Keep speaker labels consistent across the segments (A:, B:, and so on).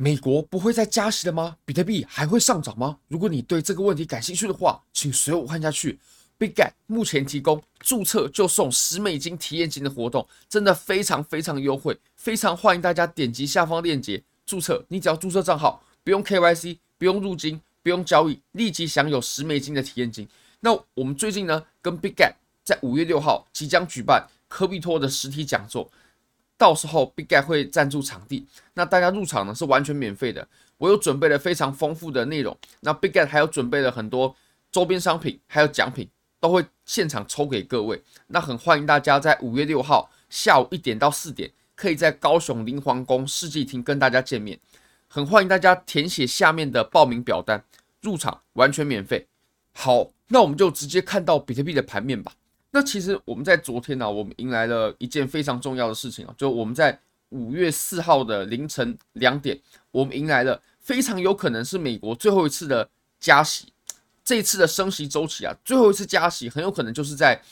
A: 美国不会再加息了吗？比特币还会上涨吗？如果你对这个问题感兴趣的话，请随我看下去。BitGet 目前提供注册就送$10体验金的活动，真的非常非常优惠，非常欢迎大家点击下方链接注册。你只要注册账号，不用 KYC， 不用入金，不用交易，立即享有$10的体验金。那我们最近呢，跟 BitGet 在5月6号即将举办科比托的实体讲座。到时候 BitGet 会赞助场地，那大家入场呢是完全免费的。我有准备了非常丰富的内容，那 BitGet 还有准备了很多周边商品，还有奖品，都会现场抽给各位。那很欢迎大家在5月6号下午1点到4点，可以在高雄林皇宫世纪厅跟大家见面。很欢迎大家填写下面的报名表单，入场完全免费。好，那我们就直接看到比特币的盘面吧。那其实我们在昨天呢，我们迎来了一件非常重要的事情啊，就我们在5月4号的凌晨2点，我们迎来了非常有可能是美国最后一次的加息。这一次的升息周期啊，最后一次加息很有可能就是在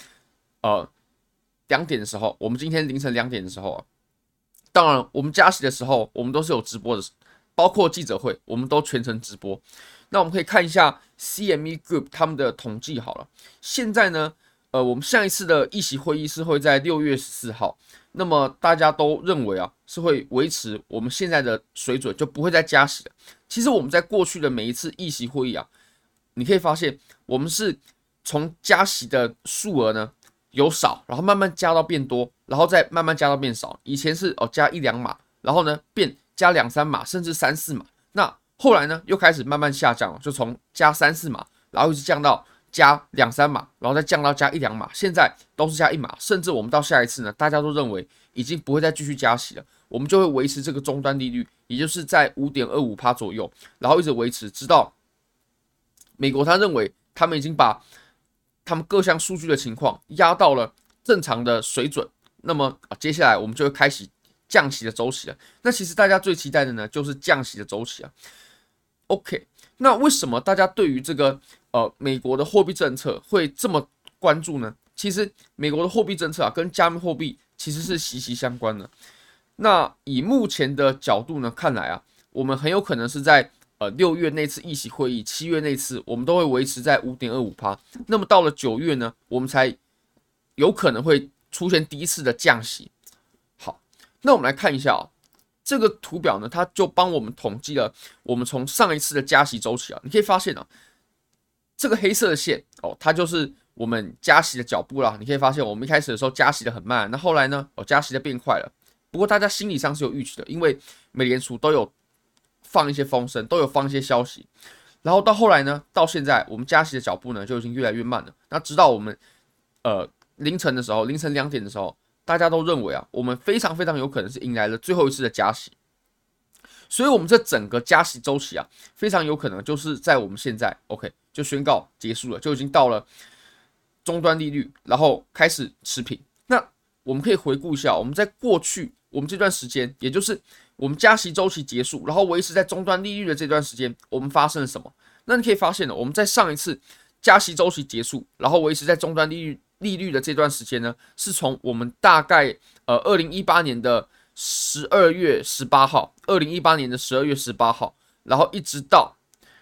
A: 2点的时候，我们今天凌晨2点的时候啊。当然，我们加息的时候，我们都是有直播的，包括记者会，我们都全程直播。那我们可以看一下 CME Group 他们的统计好了。现在呢，我们上一次的议息会议是会在6月14号，那么大家都认为啊，是会维持我们现在的水准，就不会再加息了。其实我们在过去的每一次议息会议啊，你可以发现，我们是从加息的数额呢由少，然后慢慢加到变多，然后再慢慢加到变少。以前是加1-2码，然后呢变加2-3码，甚至3-4码。那后来呢又开始慢慢下降，就从加3-4码，然后一直降到加2-3码，然后再降到加1-2码，现在都是加1码，甚至我们到下一次呢，大家都认为已经不会再继续加息了，我们就会维持这个终端利率，也就是在5.25% 左右，然后一直维持，直到美国他认为他们已经把他们各项数据的情况压到了正常的水准，那么接下来我们就会开始降息的周期了。那其实大家最期待的呢，就是降息的周期啊。OK， 那为什么大家对于这个美国的货币政策会这么关注呢？其实美国的货币政策啊，跟加密货币其实是息息相关的。那以目前的角度呢，看来啊，我们很有可能是在6月那次议息会议，7月那次，我们都会维持在5.25%。那么到了9月呢，我们才有可能会出现第一次的降息。好，那我们来看一下啊。这个图表呢，它就帮我们统计了我们从上一次的加息周期啊，你可以发现啊，这个黑色的线哦，它就是我们加息的脚步啦。你可以发现，我们一开始的时候加息的很慢，那后来呢，加息的变快了。不过大家心理上是有预期的，因为美联储都有放一些风声，都有放一些消息。然后到后来呢，到现在我们加息的脚步呢就已经越来越慢了。那直到我们凌晨的时候，凌晨2点的时候。大家都认为啊，我们非常非常有可能是迎来了最后一次的加息，所以我们这整个加息周期啊，非常有可能就是在我们现在 OK 就宣告结束了，就已经到了终端利率，然后开始持平。那我们可以回顾一下，我们在过去我们这段时间，也就是我们加息周期结束，然后维持在终端利率的这段时间，我们发生了什么？那你可以发现呢，我们在上一次加息周期结束，然后维持在终端利率的这段时间呢，是从我们大概2018年的12月18号，2018年的12月18号，然后一直到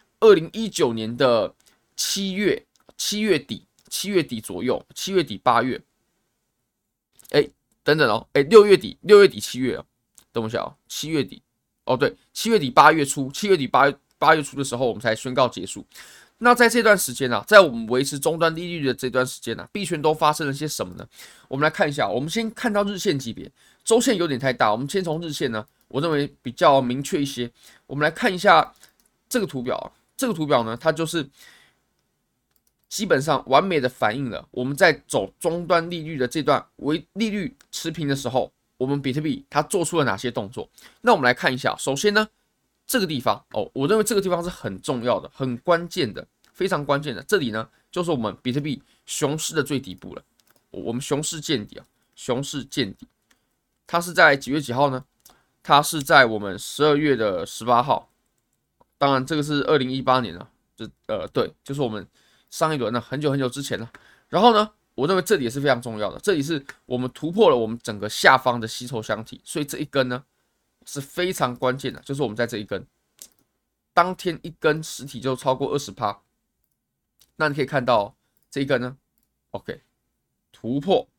A: 2019年的7月底左右，7月底8月，等等哦，6月底7月，等我一下哦，7月底，对，7月底8月初，7月底8月初的时候，我们才宣告结束。那在这段时间啊，在我们维持终端利率的这段时间啊，币圈都发生了些什么呢？我们来看一下，我们先看到日线级别，周线有点太大，我们先从日线呢，我认为比较明确一些。我们来看一下这个图表，这个图表呢，它就是基本上完美的反映了我们在走终端利率的这段利率持平的时候，我们比特币它做出了哪些动作？那我们来看一下，首先呢。这个地方我认为这个地方是很重要的、很关键的、非常关键的。这里呢，就是我们比特币熊市的最底部了。我们熊市见底啊，熊市见底，它是在几月几号呢？它是在我们12月的18号。当然，这个是2018年了，对，就是我们上一轮呢，很久很久之前了。然后呢，我认为这里也是非常重要的，这里是我们突破了我们整个下方的吸筹箱体，所以这一根呢。 是非常关键的，就是我们在这一根，当天一根实体就超过20%，那你可以看到这一根呢 ，OK， 突破，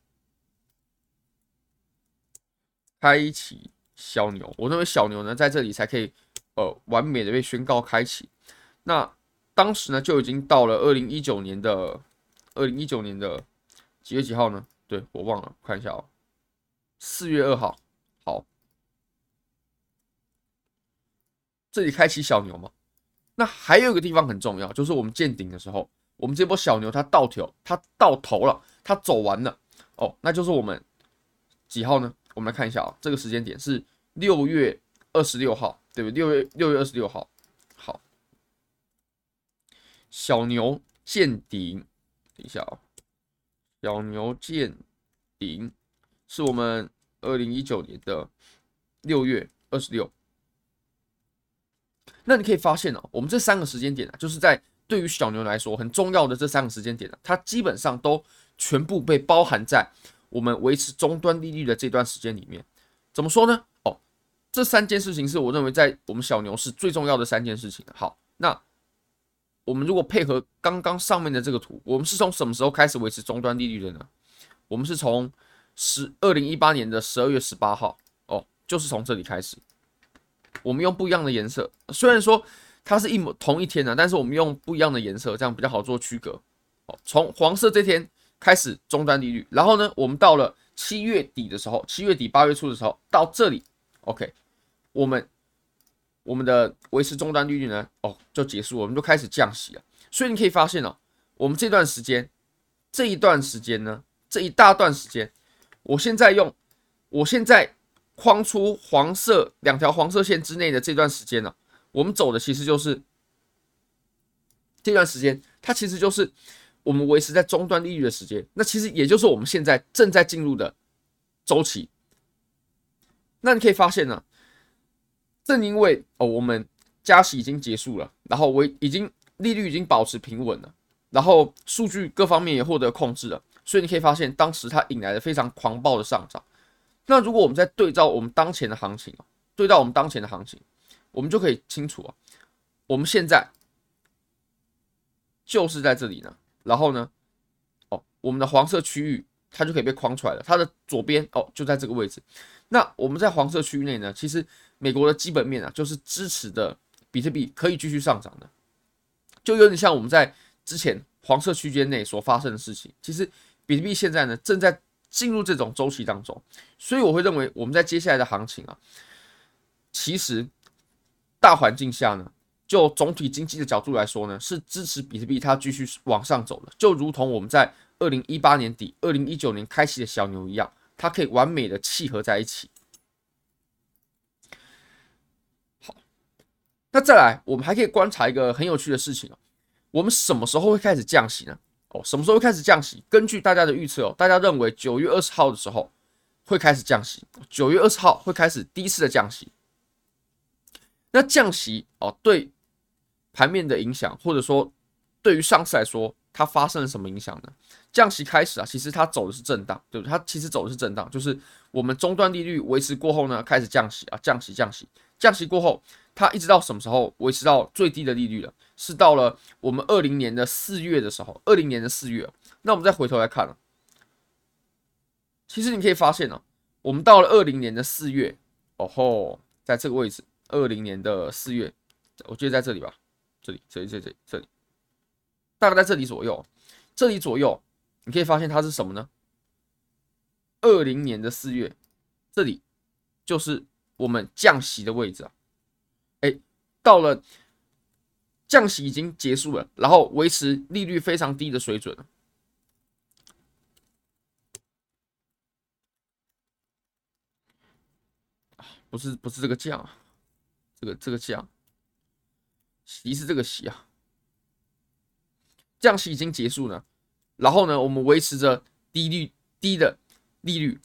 A: 开启小牛，我认为小牛呢在这里才可以完美的被宣告开启。那当时呢就已经到了2019年的几月几号呢？对，我忘了，看一下哦，4月2号。好，这里开启小牛嘛。那还有一个地方很重要，就是我们见顶的时候，我们这波小牛它到头了，它走完了哦，那就是我们几号呢？我们来看一下啊，这个时间点是6月26号，对不对？6月26号。好，小牛见顶，等一下啊，小牛见顶是我们2019年的6月26。那你可以发现哦，我们这3个时间点啊，就是在对于小牛来说很重要的这3个时间点啊，它基本上都全部被包含在我们维持终端利率的这段时间里面。怎么说呢？哦，这3件事情是我认为在我们小牛市最重要的3件事情。好，那我们如果配合刚刚上面的这个图，我们是从什么时候开始维持终端利率的呢？我们是从2018年的12月18号哦，就是从这里开始。我们用不一样的颜色，虽然说它是同一天的，但是我们用不一样的颜色，这样比较好做区隔。从黄色这天开始终端利率，然后呢，我们到了7月底的时候，7月底8月初的时候，到这里 ，OK， 我们的维持终端利率呢，就结束，我们就开始降息了。所以你可以发现哦，我们这一段时间呢，这一大段时间，我现在框出2条黄色线之内的这段时间呢，我们走的其实就是这段时间，它其实就是我们维持在终端利率的时间。那其实也就是我们现在正在进入的周期。那你可以发现呢，正因为我们加息已经结束了，然后利率已经保持平稳了，然后数据各方面也获得控制了，所以你可以发现当时它引来了非常狂暴的上涨。那如果我们再对照我们当前的行情，我们就可以清楚我们现在就是在这里呢，然后呢，我们的黄色区域它就可以被框出来了，它的左边就在这个位置。那我们在黄色区域内呢，其实美国的基本面就是支持的比特币可以继续上涨的，就有点像我们在之前黄色区间内所发生的事情。其实比特币现在呢正在进入这种周期当中，所以我会认为我们在接下来的行情其实大环境下呢，就总体经济的角度来说呢，是支持比特币它继续往上走的，就如同我们在2018年底、2019年开启的小牛一样，它可以完美的契合在一起。好，那再来，我们还可以观察一个很有趣的事情我们什么时候会开始降息呢？什么时候会开始降息？根据大家的预测大家认为9月20号的时候会开始降息，9月20号会开始第一次的降息。那降息对盘面的影响，或者说对于上次来说，它发生了什么影响呢？降息开始其实它走的是震荡，对不对？它其实走的是震荡，就是我们终端利率维持过后呢，开始降息降息过后，它一直到什么时候维持到最低的利率了？是到了我们20年的4月的时候，20年的4月。那我们再回头来看其实你可以发现我们到了20年的4月，在这个位置，20年的4月，我记得在这里吧，这里，大概在这里左右，你可以发现它是什么呢？20年的4月，这里就是我们降息的位置到了降息已经结束了，然后维持利率非常低的水准了。不是这个降这个降，息是这个息降息已经结束了，然后呢，我们维持着低的利率。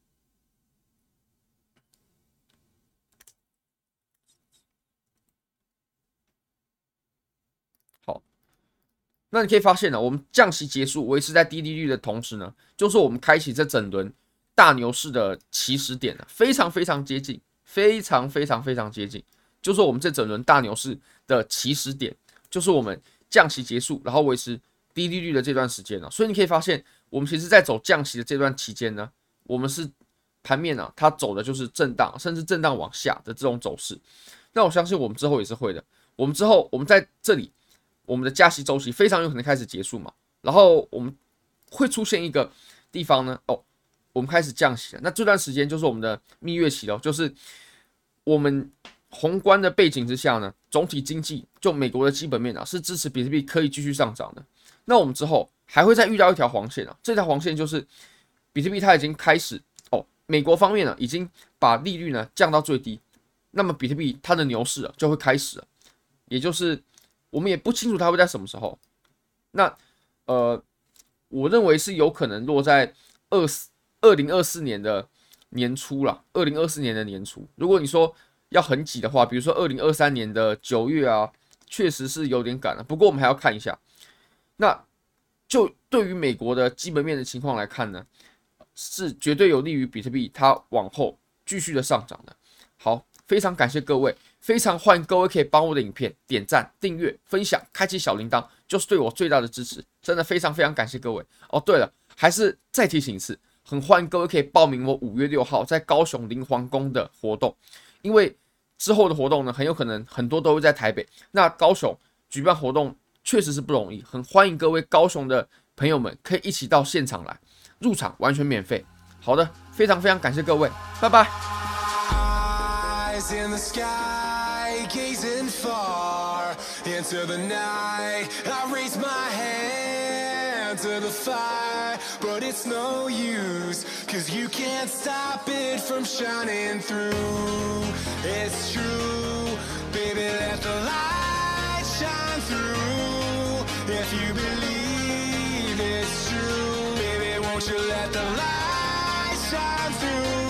A: 好，那你可以发现我们降息结束，维持在低利率的同时呢，就是我们开启这整轮大牛市的起始点非常非常接近。 非常非常非常接近，就是我们这整轮大牛市的起始点，就是我们降息结束，然后维持低利率的这段时间。所以你可以发现，我们其实在走降息的这段期间呢，我们是盘面它走的就是震荡，甚至震荡往下的这种走势。那我相信我们之后也是会的。我们在这里，我们的加息周期非常有可能开始结束嘛，然后我们会出现一个地方呢，我们开始降息了。那这段时间就是我们的蜜月期了，就是我们宏观的背景之下呢，总体经济就美国的基本面是支持比特币可以继续上涨的。那我们之后还会再遇到一条黄线这条黄线就是比特币它已经开始美国方面已经把利率呢降到最低，那么比特币它的牛市就会开始了，也就是我们也不清楚它会在什么时候。那我认为是有可能落在2024年的年初啦，2024年的年初。如果你说要很挤的话，比如说2023年的9月确实是有点赶了。不过我们还要看一下。那就对于美国的基本面的情况来看呢，是绝对有利于比特币它往后继续的上涨的。好，非常感谢各位，非常欢迎各位可以帮我的影片点赞、订阅、分享、开启小铃铛，就是对我最大的支持。真的非常非常感谢各位。对了，还是再提醒一次，很欢迎各位可以报名我5月6号在高雄灵皇宫的活动，因为之后的活动呢，很有可能很多都会在台北。那高雄举办活动确实是不容易，很欢迎各位高雄的朋友们可以一起到现场来，入场完全免费。好的，非常非常感谢各位，拜拜。In the sky, gazing far into the night, I raise my hand to the fire, but it's no use, 'cause you can't stop it from shining through. It's true, baby, let the light shine through. If you believe it's true, baby, won't you let the light shine through?